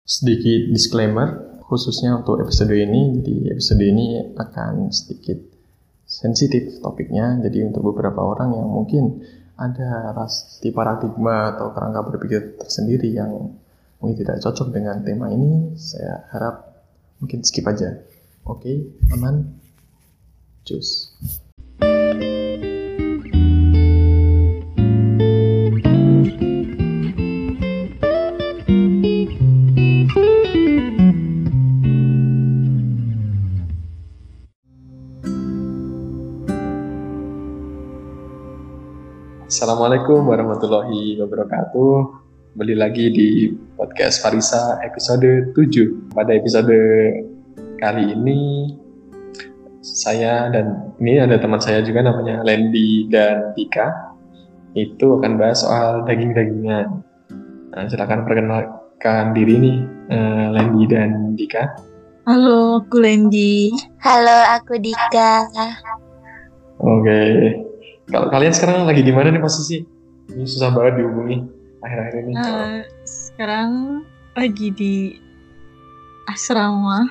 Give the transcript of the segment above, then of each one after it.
Sedikit disclaimer, khususnya untuk episode ini. Jadi episode ini akan sedikit sensitif topiknya. Jadi untuk beberapa orang yang mungkin ada rasa paradigma atau kerangka berpikir tersendiri yang mungkin tidak cocok dengan tema ini, saya harap mungkin skip aja. Oke, aman? Cus. Assalamualaikum warahmatullahi wabarakatuh. Kembali lagi di podcast Farisa episode 7. Pada episode kali ini saya dan ini ada teman saya juga namanya Lendi dan Dika. Itu akan bahas soal daging-dagingan. Nah, silakan perkenalkan diri nih, Lendi dan Dika. Halo, aku Lendi. Halo, aku Dika. Oke. Kalau kalian sekarang lagi di mana nih posisi? Ini susah banget dihubungi akhir-akhir ini. Sekarang lagi di asrama.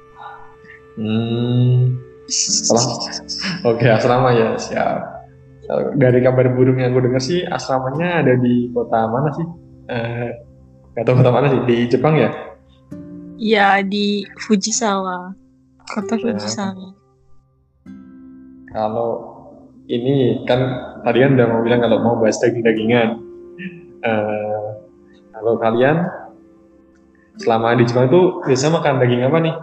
Oke, asrama ya, siap. Dari kabar burung yang aku dengar sih, asramanya ada di kota mana sih? Gak tahu kota mana sih, di Jepang ya? Ya, di Fujisawa, kota Fujisawa. Kalau ini kan tadi kan udah mau bilang kalau mau bahas daging-dagingan. Kalau kalian selama di Jepang itu biasa makan daging apa nih?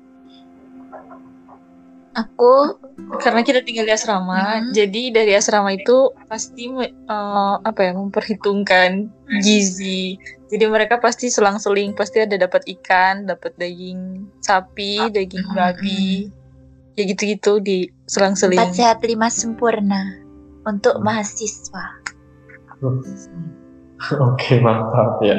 Aku Karena kita tinggal di asrama, jadi dari asrama itu pasti memperhitungkan gizi. Jadi mereka pasti selang-seling, pasti ada dapat ikan, dapat daging sapi, daging babi. Ya gitu-gitu di selang-seling. 4 sehat 5 sempurna untuk mahasiswa. Oke, mantap ya.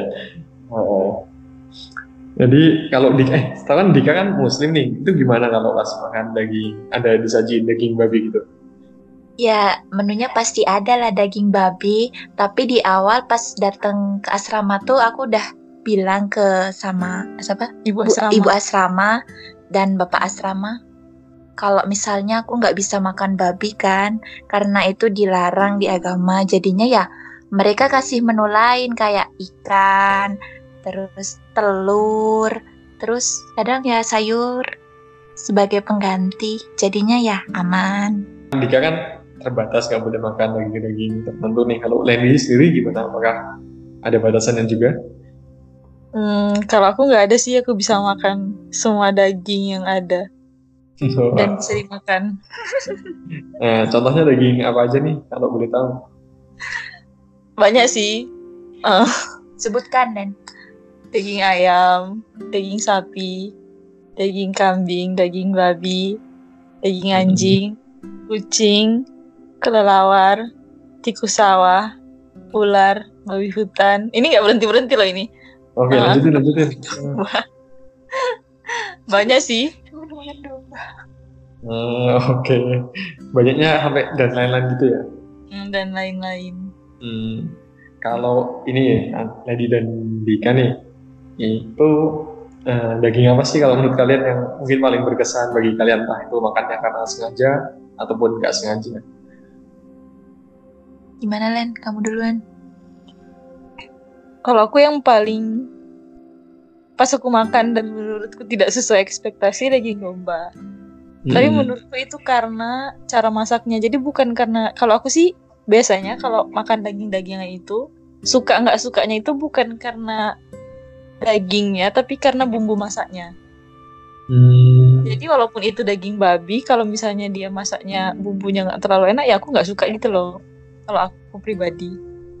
Jadi kalau kan Dika kan muslim nih, itu gimana kalau pas makan daging, ada disajiin daging babi gitu? Ya, menunya pasti ada lah daging babi. Tapi di awal pas datang ke asrama tuh aku udah bilang ke ibu asrama dan bapak asrama, kalau misalnya aku nggak bisa makan babi kan, karena itu dilarang di agama. Jadinya ya mereka kasih menu lain kayak ikan, terus telur, terus kadang ya sayur sebagai pengganti. Jadinya ya aman. Dika kan terbatas nggak boleh makan daging-daging tertentu nih. Kalau Lendi sendiri gimana? Apakah ada batasannya juga? Kalau aku nggak ada sih, aku bisa makan semua daging yang ada. Dan bisa dimakan. Contohnya daging apa aja nih kalau boleh tahu? Banyak sih. Sebutkan, Den. Daging ayam, daging sapi, daging kambing, daging babi, daging anjing, kucing, kelelawar, tikus sawah, ular, babi hutan. Ini nggak berhenti loh ini. Oke, lanjutin. Banyak sih. Oke. Banyaknya sampai dan lain-lain gitu ya? Dan lain-lain. Kalau ini Lady dan Dika nih, itu daging apa sih kalau menurut kalian yang mungkin paling berkesan bagi kalian, entah itu makannya karena sengaja ataupun nggak sengaja? Gimana, Len? Kamu duluan. Kalau aku yang paling pas aku makan dan menurutku tidak sesuai ekspektasi, daging domba. Tapi menurutku itu karena cara masaknya. Jadi bukan karena, kalau aku sih biasanya kalau makan daging-dagingan itu suka nggak sukanya itu bukan karena dagingnya, tapi karena bumbu masaknya. Jadi walaupun itu daging babi, kalau misalnya dia masaknya bumbunya nggak terlalu enak, ya aku nggak suka gitu loh. Kalau aku pribadi.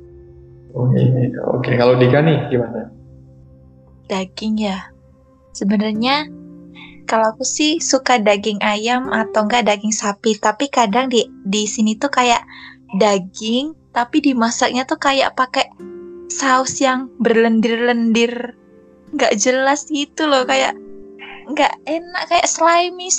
Oke. Kalau Dika nih gimana? Daging ya. Sebenarnya kalau aku sih suka daging ayam atau enggak daging sapi, tapi kadang di sini tuh kayak daging tapi dimasaknya tuh kayak pakai saus yang berlendir-lendir, nggak jelas gitu loh, kayak nggak enak, kayak slimy.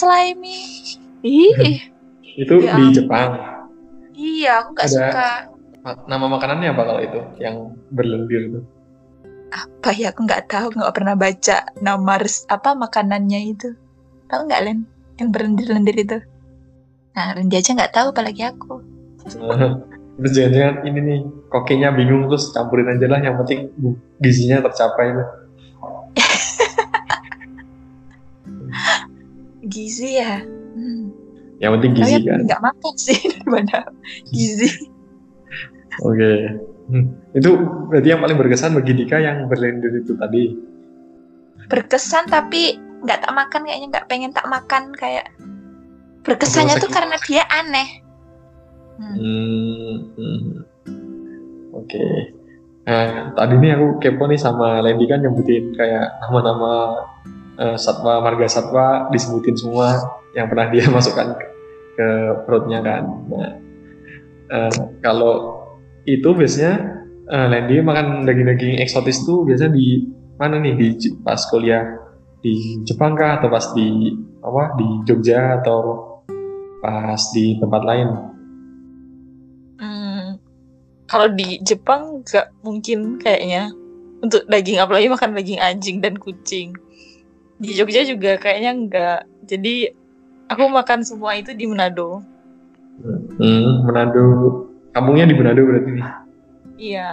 Itu ya. Di Jepang? Iya, aku nggak suka. Nama makanannya apa kalau itu yang berlendir itu? Apa ya, aku nggak tahu, nggak pernah baca nama apa makanannya itu. Tahu nggak Len? Yang berlendir-lendir itu. Nah, Rendi aja nggak tahu, apalagi aku. Terus jangan-jangan ini nih, kokinya bingung terus campurin aja lah, yang penting gizinya tercapai lah. Gizi ya. Yang penting gizi tapi kan. Nggak makan sih daripada gizi. Oke. Itu berarti yang paling berkesan bagi Dika yang berlendir itu tadi. Berkesan tapi nggak tak makan, kayaknya nggak pengen tak makan, kayak berkesannya tuh karena dia aneh. Oke. Nah, tadi nih aku kepo nih sama Lendi kan nyebutin kayak nama-nama satwa, marga satwa disebutin semua yang pernah dia masukkan ke perutnya kan. Nah, kalau itu biasanya Lendi makan daging-daging eksotis tuh biasanya di mana nih, di pas kuliah di Jepang kah, atau pas di Jogja, atau pas di tempat lain? Kalau di Jepang nggak mungkin kayaknya untuk daging, apalagi makan daging anjing dan kucing. Di Jogja juga kayaknya nggak. Jadi aku makan semua itu di Manado. Manado, kampungnya di Manado berarti nih? Iya.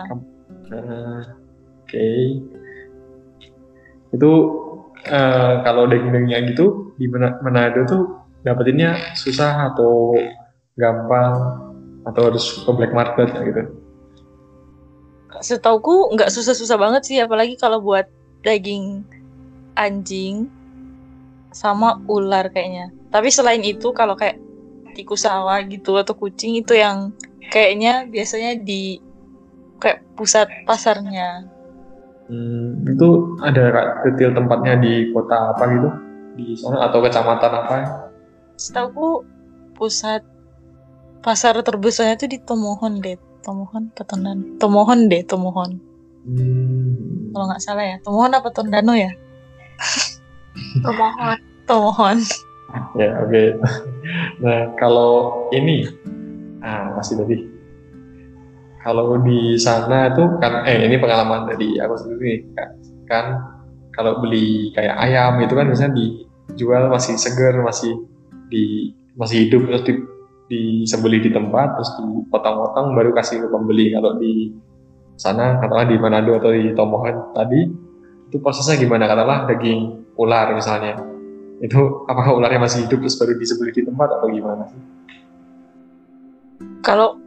Oke. Itu kalau daging-dagingnya gitu di Manado tuh dapetinnya susah atau gampang, atau harus ke black market gitu? Setauku nggak susah-susah banget sih, apalagi kalau buat daging anjing sama ular kayaknya. Tapi selain itu kalau kayak tikus sawah gitu atau kucing, itu yang kayaknya biasanya di kayak pusat pasarnya. Itu ada detail tempatnya di kota apa gitu di sana, atau kecamatan apa? Setauku pusat pasar terbesarnya itu di Tomohon deh. Tomohon. Kalau nggak salah ya. Tomohon apa Tondano ya? Tomohon. Ya, oke. Nah, kalau ini masih tadi. Kalau di sana tuh kan ini pengalaman dari aku sendiri kan kalau beli kayak ayam itu kan biasanya dijual masih segar, masih hidup, terus disembelih di tempat, terus dipotong-potong baru kasih ke pembeli. Kalau di sana katakanlah di Manado atau di Tomohon tadi, itu prosesnya gimana? Katakanlah daging ular misalnya, itu apakah ularnya masih hidup terus baru disembelih di tempat atau gimana sih? Kalau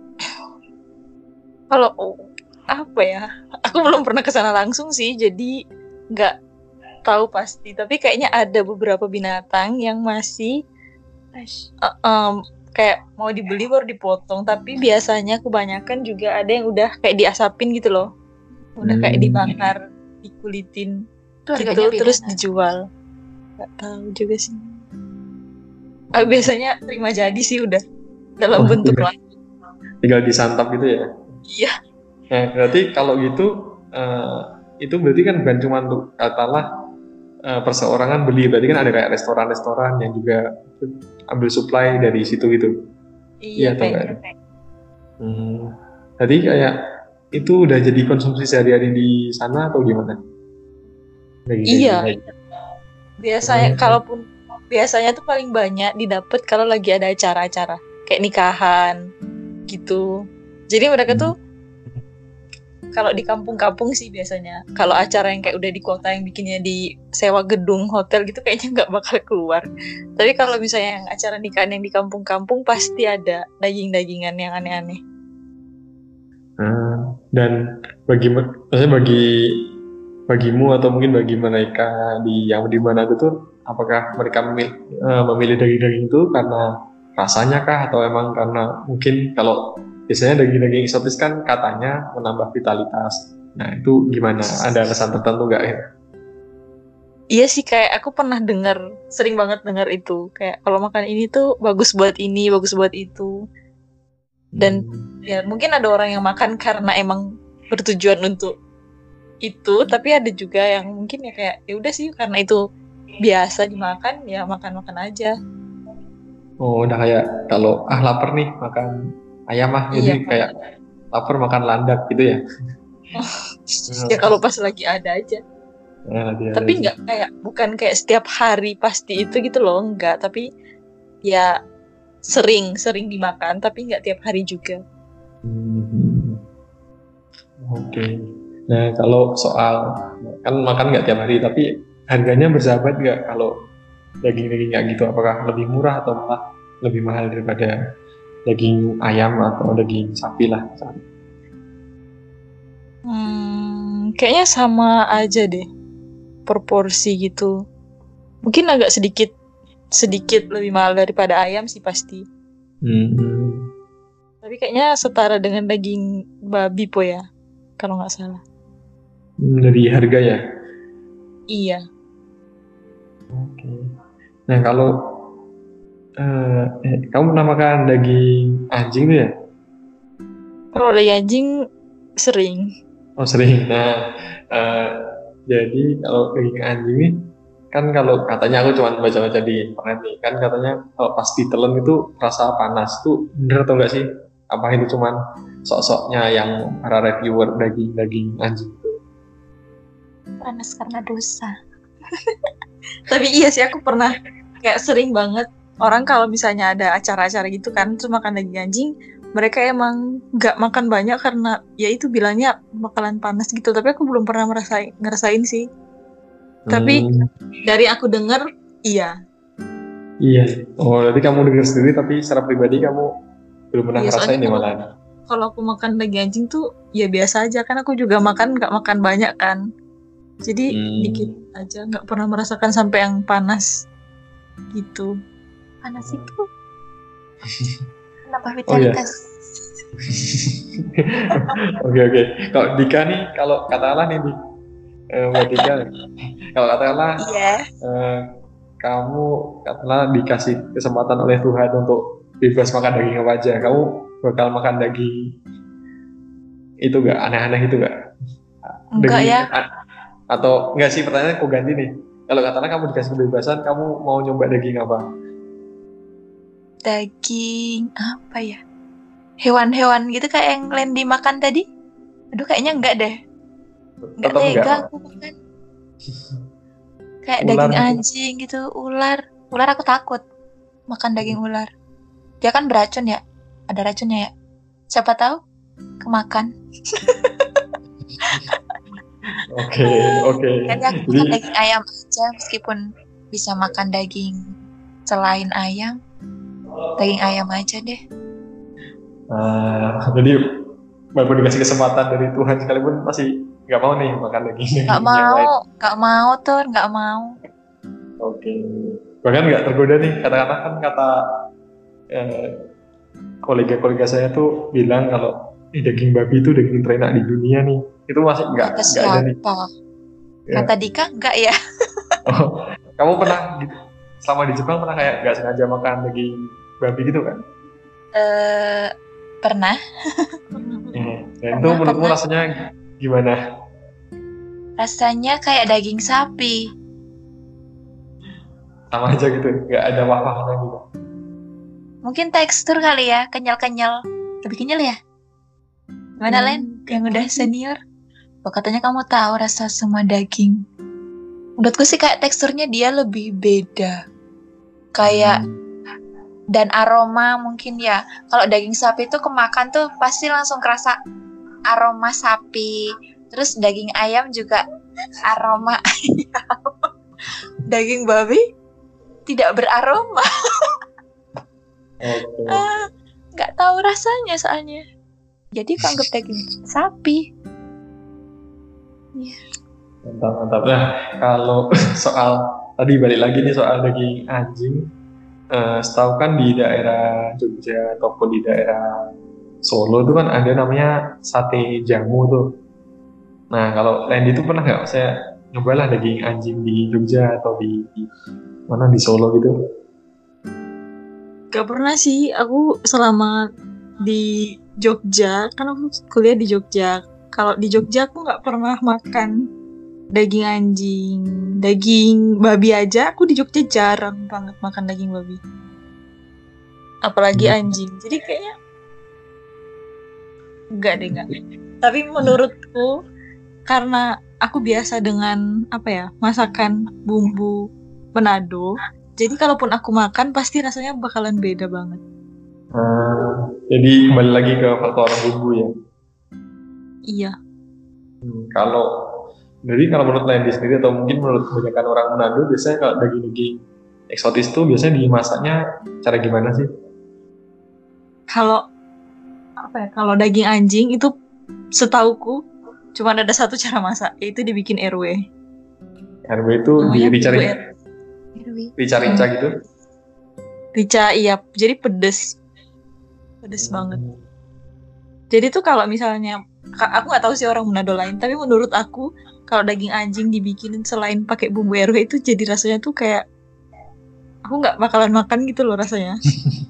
apa ya, aku belum pernah kesana langsung sih, jadi nggak tahu pasti. Tapi kayaknya ada beberapa binatang yang masih kayak mau dibeli baru dipotong, tapi biasanya kebanyakan juga ada yang udah kayak diasapin gitu loh, udah kayak dibakar, dikulitin gitu terus dijual. Nggak tahu juga sih. Biasanya terima jadi sih udah dalam bentuk langsung. Tinggal disantap gitu ya? Iya. Nah, berarti kalau gitu itu berarti kan bukan cuma untuk katakanlah perseorangan beli, berarti kan ada kayak restoran-restoran yang juga ambil supply dari situ gitu. Iya atau enggak? Jadi kayak itu udah jadi konsumsi sehari-hari di sana atau gimana? Iya. Biasanya biasanya tuh paling banyak didapat kalau lagi ada acara-acara kayak nikahan gitu. Jadi mereka tuh kalau di kampung-kampung sih biasanya, kalau acara yang kayak udah di kota yang bikinnya di sewa gedung hotel gitu kayaknya nggak bakal keluar. Tapi kalau misalnya yang acara nikahan yang di kampung-kampung pasti ada daging-dagingan yang aneh-aneh. Dan bagimu atau mungkin bagi mereka yang di mana itu, apakah mereka memilih daging-daging itu karena rasanya kah, atau emang karena mungkin kalau biasanya daging-daging eksotis kan katanya menambah vitalitas. Nah, itu gimana? Ada alasan tertentu nggak ya? Iya sih, kayak aku pernah sering banget dengar itu. Kayak kalau makan ini tuh bagus buat ini, bagus buat itu. Dan ya mungkin ada orang yang makan karena emang bertujuan untuk itu, tapi ada juga yang mungkin ya kayak ya udah sih karena itu biasa dimakan, ya makan-makan aja. Oh, udah kayak kalau lapar nih makan ayam jadi kayak lapar makan landak gitu ya. Ya kalau pas lagi ada aja. Tapi nggak kayak, bukan kayak setiap hari pasti itu gitu loh, enggak. Tapi ya sering dimakan, tapi nggak tiap hari juga. Oke. Nah kalau soal kan makan nggak tiap hari, tapi harganya bersahabat nggak kalau daging-daging kayak gitu? Apakah lebih murah atau malah lebih mahal daripada daging ayam atau daging sapi lah? Kayaknya sama aja deh, proporsi gitu. Mungkin agak sedikit lebih mahal daripada ayam sih pasti. Tapi kayaknya setara dengan daging babi po ya, kalau nggak salah. Dari harga ya? Iya. Oke. Nah kalau kamu pernah makan daging anjing tuh ya? Kalau daging anjing sering. Oh sering. Nah jadi kalau daging anjing nih kan, kalau katanya aku cuma baca-baca di internet nih, kan katanya kalau pas ditelan itu rasa panas, tuh bener atau enggak sih? Apa itu cuman sok-soknya yang para reviewer daging anjing itu? Panas karena dosa. Tapi iya sih, aku pernah kayak sering banget orang kalau misalnya ada acara-acara gitu kan, terus makan daging anjing, mereka emang nggak makan banyak karena ya itu bilangnya bakalan panas gitu. Tapi aku belum pernah ngerasain sih. Tapi dari aku dengar iya. Iya. Oh, berarti kamu dengar sendiri, tapi secara pribadi kamu belum pernah ngerasain ya malah. Kalau aku makan daging anjing tuh ya biasa aja, kan aku juga nggak makan banyak kan. Jadi dikit aja, nggak pernah merasakan sampai yang panas gitu. Panas itu kenapa vitalitas? Oke. Kalau Dika nih, kalau katakanlah nih buat Dika, kalau katakanlah kamu katakanlah dikasih kesempatan oleh Tuhan untuk bebas makan daging apa aja, kamu bakal makan daging itu gak? Aneh-aneh itu gak? Enggak ya. Atau enggak sih, pertanyaannya aku ganti nih. Kalau katakanlah kamu dikasih kebebasan, kamu mau nyoba daging apa? Daging apa ya? Hewan-hewan gitu kayak yang Lendi makan tadi? Aduh kayaknya enggak deh. Enggak tega aku makan. Kayak ular daging gitu. Anjing gitu, ular aku takut makan daging ular. Dia kan beracun ya, ada racunnya ya. Siapa tahu kemakan. Oke. Jadi aku makan daging ayam aja, meskipun bisa makan daging selain ayam, daging ayam aja deh. Jadi walaupun dikasih kesempatan dari Tuhan sekalipun masih nggak mau nih makan daging. Nggak mau. Oke. Bahkan nggak tergoda nih, katakanlah kan kata kolega-kolega saya tuh bilang kalau daging babi itu daging terenak di dunia nih. Itu masih nggak ada nih. Kata Dika nggak ya? Oh, kamu pernah gitu, selama di Jepang pernah kayak nggak sengaja makan daging babi gitu kan? Pernah. Dan itu menurutmu rasanya gimana? Rasanya kayak daging sapi. Sama aja gitu, nggak ada wah-wahnya gitu. Mungkin tekstur kali ya, kenyal-kenyal. Lebih kenyal ya? Gimana Len? Yang udah senior? Katanya kamu tahu rasa semua daging. Menurutku sih kayak teksturnya dia lebih beda. Kayak dan aroma mungkin ya. Kalau daging sapi itu kemakan tuh pasti langsung kerasa aroma sapi. Terus daging ayam juga aroma ayam. Daging babi tidak beraroma. Nggak tahu rasanya soalnya. Jadi aku anggap daging sapi. Yeah. Mantap. Nah, kalau soal tadi balik lagi nih soal daging anjing, setahu kan di daerah Jogja ataupun di daerah Solo itu kan ada namanya sate jamu tuh. Nah, kalau Randy itu pernah nggak saya nyobalah daging anjing di Jogja atau di mana di Solo gitu? Gak pernah sih, aku selama di Jogja, kan aku kuliah di Jogja. Kalau di Jogja aku nggak pernah makan daging anjing, daging babi aja. Aku di Jogja jarang banget makan daging babi, apalagi anjing. Jadi kayaknya enggak. Tapi menurutku karena aku biasa dengan masakan bumbu Manado. Jadi kalaupun aku makan pasti rasanya bakalan beda banget. Jadi kembali lagi ke faktor bumbu ya. Iya. Kalau menurut Lendi sendiri atau mungkin menurut kebanyakan orang Manado, biasanya kalau daging-daging eksotis tuh biasanya dimasaknya cara gimana sih? Kalau daging anjing itu setauku cuma ada satu cara masak, yaitu dibikin RW. RW itu rica gitu? Rica, iya. Jadi pedes banget. Jadi tuh kalau misalnya, aku nggak tahu sih orang Manado lain, tapi menurut aku kalau daging anjing dibikinin selain pakai bumbu RW itu jadi rasanya tuh kayak aku nggak bakalan makan gitu loh rasanya.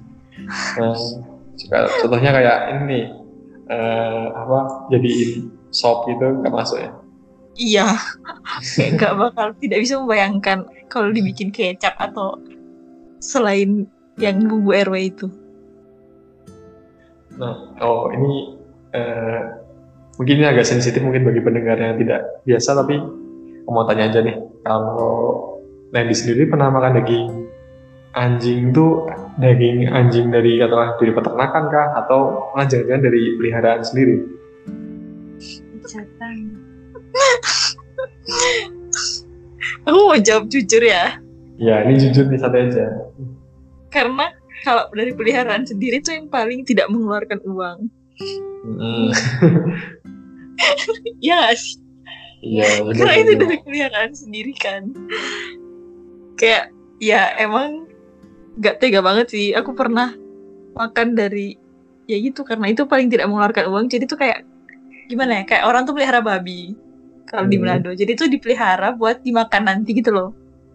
Contohnya kayak ini jadiin sop gitu nggak masuk ya? Iya, nggak bakal, tidak bisa membayangkan kalau dibikin kecap atau selain yang bumbu RW itu. Ini mungkin ini agak sensitif mungkin bagi pendengar yang tidak biasa, tapi aku mau tanya aja nih, kalau Lendi sendiri pernah makan daging anjing tuh, daging anjing dari peternakan kah, atau jangan-jangan dari peliharaan sendiri? Aku mau jawab jujur ya. Ya, ini jujur nih, santai aja. Karena kalau dari peliharaan sendiri tuh yang paling tidak mengeluarkan uang. Iya sih. Iya. Karena itu dari peliharaan sendiri kan. Kayak ya emang gak tega banget sih. Aku pernah makan dari ya gitu, karena itu paling tidak mengeluarkan uang. Jadi tuh kayak gimana ya, kayak orang tuh pelihara babi kalau di Manado. Jadi tuh dipelihara buat dimakan nanti gitu loh.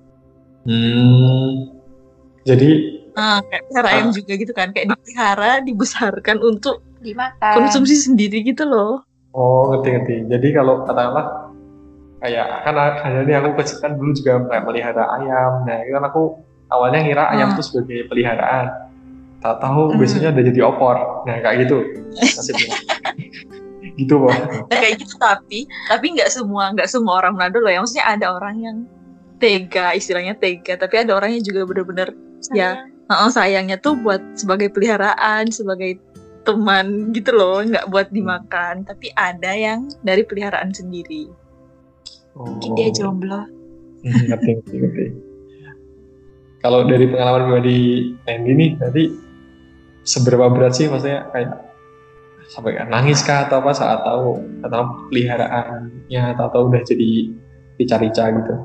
Jadi kayak pelihara ayam juga gitu kan, kayak dipelihara, dibesarkan untuk dimakan, konsumsi sendiri gitu loh. Oh, ngerti. Jadi kalau katakanlah kayak kan ini aku kecil kan dulu juga kayak melihara ayam. Nah, itu kan aku awalnya ngira ayam itu sebagai peliharaan. Tak tahu biasanya udah jadi opor. Nah, kayak gitu. Nasibnya. Gitu, Bang. Nah, kayak gitu, tapi nggak semua orang Manado loh. Yang maksudnya ada orang yang tega, istilahnya tega, tapi ada orang yang juga benar-benar ya sayangnya tuh buat sebagai peliharaan, sebagai teman gitu loh, nggak buat dimakan. Tapi ada yang dari peliharaan sendiri. Mungkin dia jomblo. Ngerti. Kalau dari pengalaman pribadi Lendi nih, tadi seberapa berat sih, maksudnya kayak sampai nangis kah atau apa saat tahu peliharaannya, atau udah jadi rica-rica gitu?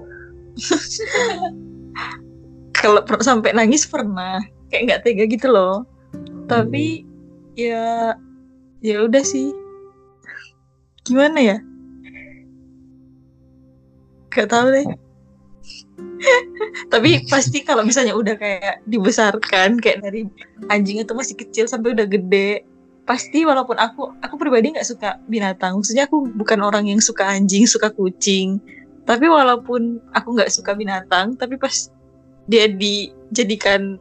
Kalau sampai nangis pernah, kayak nggak tega gitu loh. Tapi ya udah sih, gimana ya, gak tahu deh. Tapi pasti kalau misalnya udah kayak dibesarkan kayak dari anjing itu masih kecil sampai udah gede, pasti walaupun aku pribadi nggak suka binatang, maksudnya aku bukan orang yang suka anjing, suka kucing, tapi walaupun aku nggak suka binatang, tapi pas dia dijadikan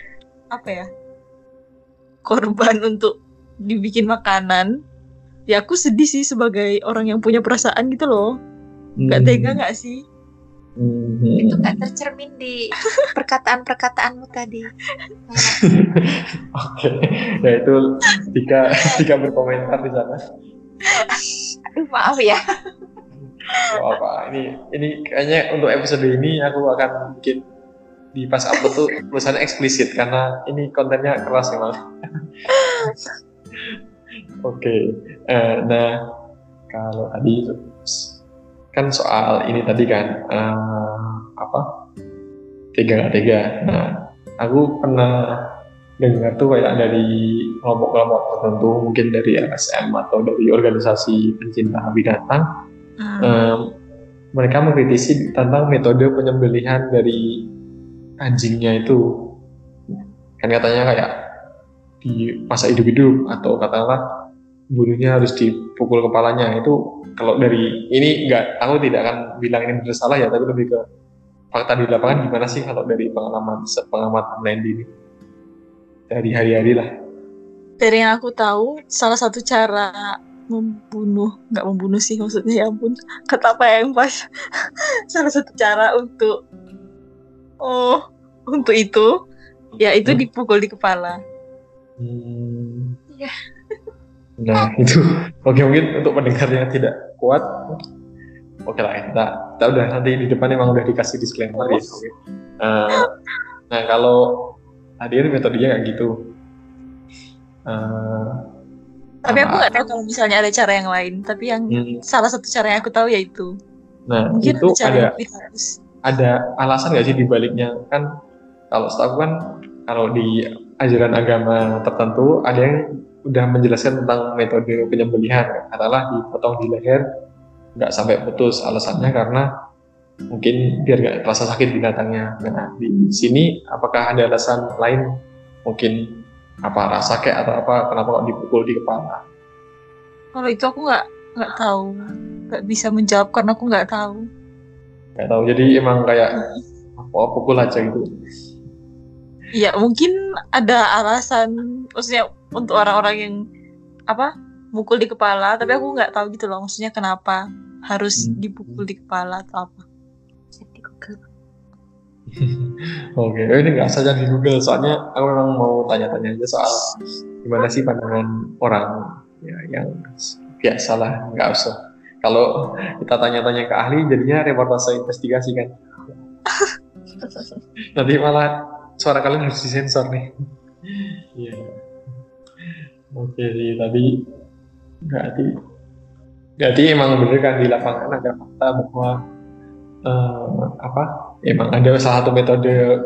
korban untuk dibikin makanan, ya aku sedih sih sebagai orang yang punya perasaan gitu loh. Nggak tega nggak sih? Itu nggak tercermin di perkataan-perkataanmu tadi. Oke, ya itu Tika berkomentar di sana. Aduh, maaf ya. Apa ini kayaknya untuk episode ini aku akan bikin di pas upload tuh tulisannya eksplisit karena ini kontennya keras ya, Mas. Oke. Nah, kalau tadi kan soal ini tadi kan tega nggak tega. Nah, aku pernah dengar tuh kayak dari kelompok-kelompok tertentu, mungkin dari LSM atau dari organisasi pencinta binatang, mereka mengkritisi tentang metode penyembelihan dari anjingnya itu. Kan katanya kayak dimasak hidup-hidup, atau katakanlah bunuhnya harus dipukul kepalanya. Itu kalau dari ini aku tidak akan bilang ini bersalah ya, tapi lebih ke fakta di lapangan gimana sih kalau dari pengamatan Lendi ini dari hari-hari lah. Dari yang aku tahu, salah satu cara nggak membunuh sih maksudnya, ya ampun, kata apa yang pas. Salah satu cara untuk itu ya itu dipukul di kepala. Ya. Nah itu oke, mungkin untuk pendengar yang tidak kuat, oke lah, kita udah nanti di depan emang udah dikasih disclaimer ya. Okay. Nah kalau tadi metodenya kayak gitu. Tapi aku nggak tahu kalau misalnya ada cara yang lain. Tapi yang salah satu cara yang aku tahu yaitu. Nah mungkin itu ada alasan nggak sih di baliknya? Kan kalau setahu kan kalau di ajaran agama tertentu ada yang udah menjelaskan tentang metode penyembelihan. Katakanlah dipotong di leher nggak sampai putus, alasannya karena mungkin biar nggak terasa sakit binatangnya. Nah di sini apakah ada alasan lain, mungkin apa rasa kayak atau apa, kenapa kok dipukul di kepala? Kalau itu aku nggak tahu, nggak bisa menjawab karena aku nggak tahu. Nggak tahu, jadi emang kayak pukul aja gitu. Ya mungkin ada alasan, maksudnya untuk orang-orang yang mukul di kepala, tapi aku nggak tahu gitu loh, maksudnya kenapa harus dipukul di kepala atau apa. Oke, ini nggak saja di Google, soalnya aku memang mau tanya-tanya aja soal gimana sih pandangan orang ya, yang biasalah, nggak usah. Kalau kita tanya-tanya ke ahli, jadinya reportase investigasi kan. Nanti malah suara kalian harus disensor nih. Iya. Oke sih, tadi berarti emang bener kan di lapangan ada fakta bahwa emang ada salah satu metode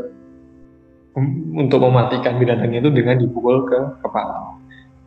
untuk mematikan binatang itu dengan dipukul ke kepala.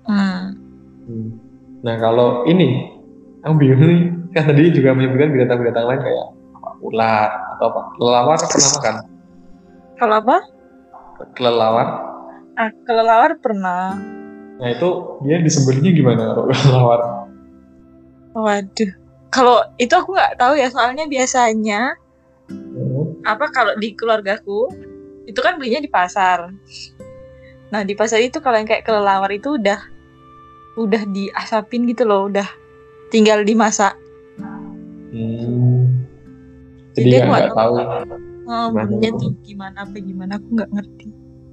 Nah kalau ini aku bingung nih, kan tadi juga menyebutkan binatang-binatang lain kayak ular atau apa, kelelawar pernah makan? Kalau apa? Kelelawar? Kelelawar pernah. Nah itu dia disembelihnya gimana kalau kelelawar? Waduh, kalau itu aku nggak tahu ya, soalnya biasanya kalau di keluargaku itu kan belinya di pasar. Nah di pasar itu kalau yang kayak kelelawar itu udah diasapin gitu loh, udah tinggal dimasak. Jadi aku nggak tahu bumbunya tuh gimana aku nggak ngerti.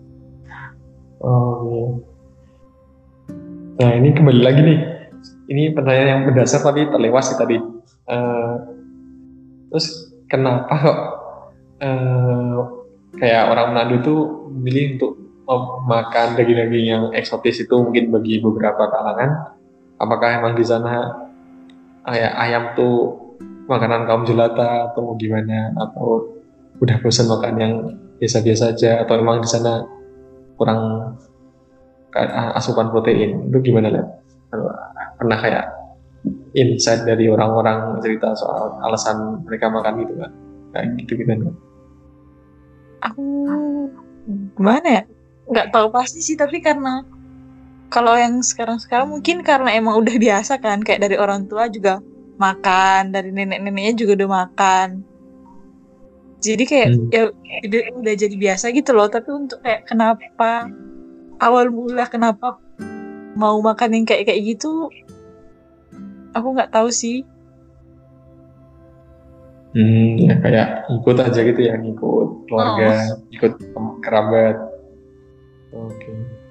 Nah ini kembali lagi nih, ini pertanyaan yang mendasar tapi terlewat sih tadi. Terus kenapa kok kayak orang Manado tuh memilih untuk makan daging-daging yang eksotis itu, mungkin bagi beberapa kalangan? Apakah emang di sana ayam tuh makanan kaum jelata atau gimana, atau udah bosan makan yang biasa-biasa aja, atau emang di sana kurang asupan protein? Itu gimana lihat? Pernah kayak insight dari orang-orang cerita soal alasan mereka makan gitu kan? Kayak gitu kan? Aku gimana ya? Nggak tahu pasti sih, tapi karena kalau yang sekarang mungkin karena emang udah biasa kan, kayak dari orang tua juga makan, dari nenek-neneknya juga udah makan. Jadi kayak ya udah jadi biasa gitu loh. Tapi untuk kayak kenapa awal mula kenapa mau makan yang kayak gitu, aku nggak tahu sih. Ya kayak ikut aja gitu ya, ikut keluarga, ikut kerabat. Oke.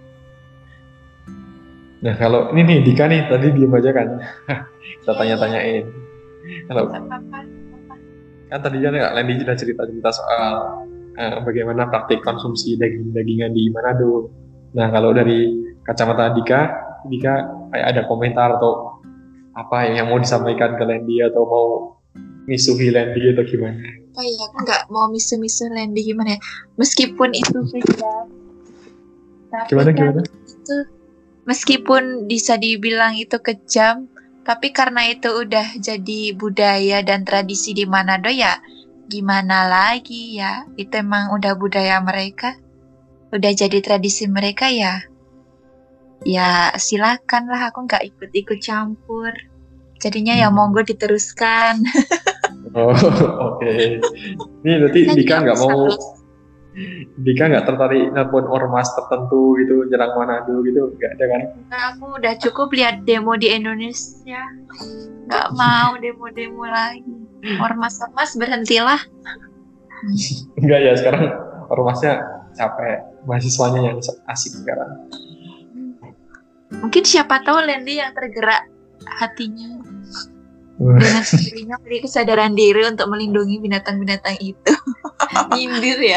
Nah kalau ini nih Dika nih, tadi diem aja kan. Kita tanya-tanyain. Kalau kan tadi kan Lendi sudah cerita-cerita soal bagaimana praktik konsumsi daging-dagingan di Manado. Nah kalau dari kacamata Dika kayak ada komentar atau apa yang mau disampaikan ke Lendi, atau mau misuhi Lendi atau gimana? Oh iya, aku nggak mau misuh Lendi gimana ya. Meskipun itu kejam, tapi gimana? Itu meskipun bisa dibilang itu kejam, tapi karena itu udah jadi budaya dan tradisi di Manado ya, gimana lagi ya? Itu emang udah budaya mereka, udah jadi tradisi mereka ya. Ya silakan lah, aku nggak ikut campur. Jadinya ya monggo diteruskan. Oke. Ini berarti Dika nggak mau Dika nggak tertarik nelpon ormas tertentu gitu, nyerang Manado gitu, nggak ada kan? Nah, aku udah cukup lihat demo di Indonesia. Nggak mau demo-demo lagi. Ormas-ormas berhentilah. Enggak ya, sekarang ormasnya capek, mahasiswanya yang asik sekarang. Mungkin siapa tahu Lendi yang tergerak hatinya dengan sendirinya beri kesadaran diri untuk melindungi binatang-binatang itu. Nyindir ya.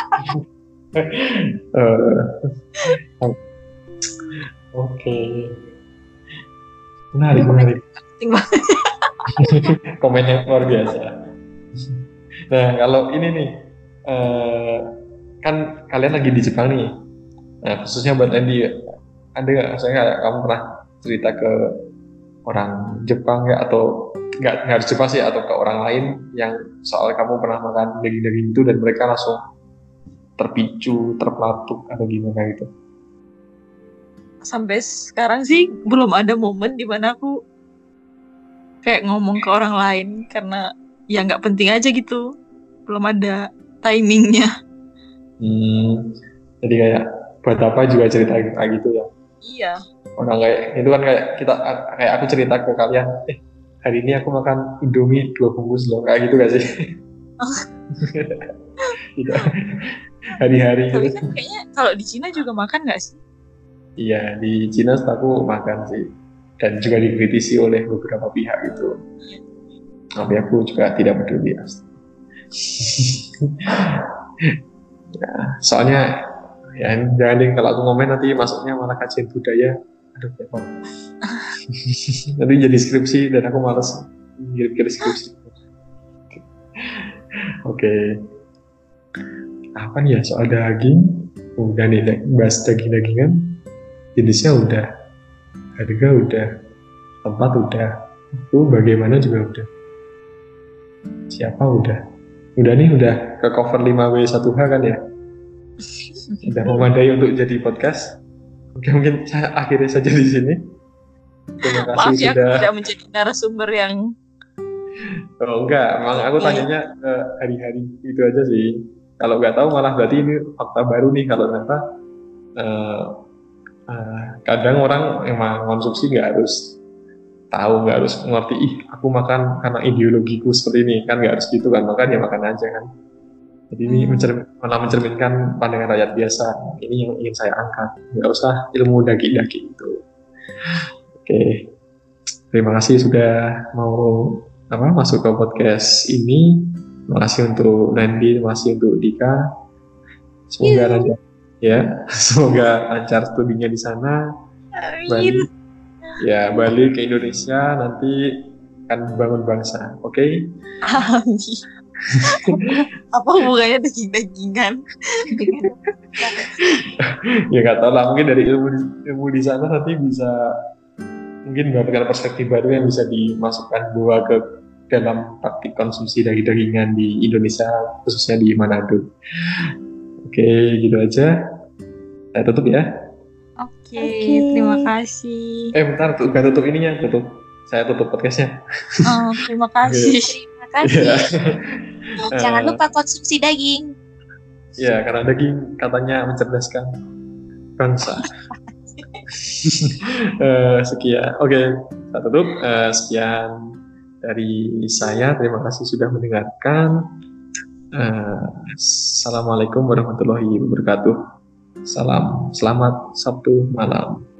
Oke. Menarik. Komennya luar biasa. Nah, kalau ini nih, kan kalian lagi di Jepang nih. Nah, khususnya buat Andy, ada nggak, misalnya kayak kamu pernah cerita ke orang Jepang ya, atau nggak harus Jepang sih, atau ke orang lain yang soal kamu pernah makan daging-daging itu dan mereka langsung terpicu, terpelatuk atau gimana gitu? Sampai sekarang sih belum ada momen di mana aku kayak ngomong ke orang lain karena ya nggak penting aja gitu, belum ada timingnya. Jadi kayak buat apa juga cerita kayak gitu ya? Iya. Orang kayak itu kan kayak kayak aku cerita ke kalian, hari ini aku makan Indomie 2 bungkus loh, kayak gitu gak sih? Gitu. Hari-hari Tapi gitu. kan kayaknya kalau di Cina juga makan nggak sih? Iya, di Cina aku makan sih, dan juga dikritisi oleh beberapa pihak gitu. Tapi aku juga tidak peduli. Ya, soalnya ya jangan deh, kalau aku ngomen nanti masuknya malah kajian budaya. Aduh, repot. Nanti jadi skripsi dan aku malas ngirim skripsi. Oke. Apa nih ya soal daging? Udah nih, bahas daging-dagingan. Jenisnya udah, harga udah, tempat udah, itu bagaimana juga udah, siapa udah nih, udah ke cover 5W1H kan ya, udah memadai untuk jadi podcast. Oke, mungkin saya akhiri saja di sini. Terima kasih. Maaf ya, sudah. aku tidak menjadi narasumber yang enggak, emang aku tanyanya ke hari-hari itu aja sih. Kalau nggak tahu malah berarti ini fakta baru nih, kalau ternyata kadang orang emang konsumsi nggak harus tahu, nggak harus ngerti, aku makan karena ideologiku seperti ini, kan nggak harus gitu kan, makan ya makan aja kan. Jadi ini malah mencerminkan pandangan rakyat biasa. Ini yang ingin saya angkat, nggak usah ilmu daki-daki itu. Oke, terima kasih sudah mau masuk ke podcast ini. Terima kasih untuk Nandi, terima kasih untuk Dika. Semoga lancar ya, semoga lancar studinya di sana. Amin. Balik ke Indonesia nanti akan bangun bangsa, oke? Amin. Apa hubungannya daging-dagingan? Ya nggak tahu lah, mungkin dari ilmu di sana nanti bisa mungkin memberikan perspektif baru yang bisa dimasukkan ke dalam praktik konsumsi daging-dagingan di Indonesia, khususnya di Manado. Oke, gitu aja. Saya tutup ya. Oke, terima kasih. Bentar, bukan tutup ininya, saya tutup podcastnya. Oh, terima kasih. Terima kasih. Jangan lupa konsumsi daging. Ya, karena daging katanya mencerdaskan bangsa. Sekian. Oke, saya tutup. Sekian dari saya. Terima kasih sudah mendengarkan. Assalamualaikum warahmatullahi wabarakatuh. Selamat Sabtu malam.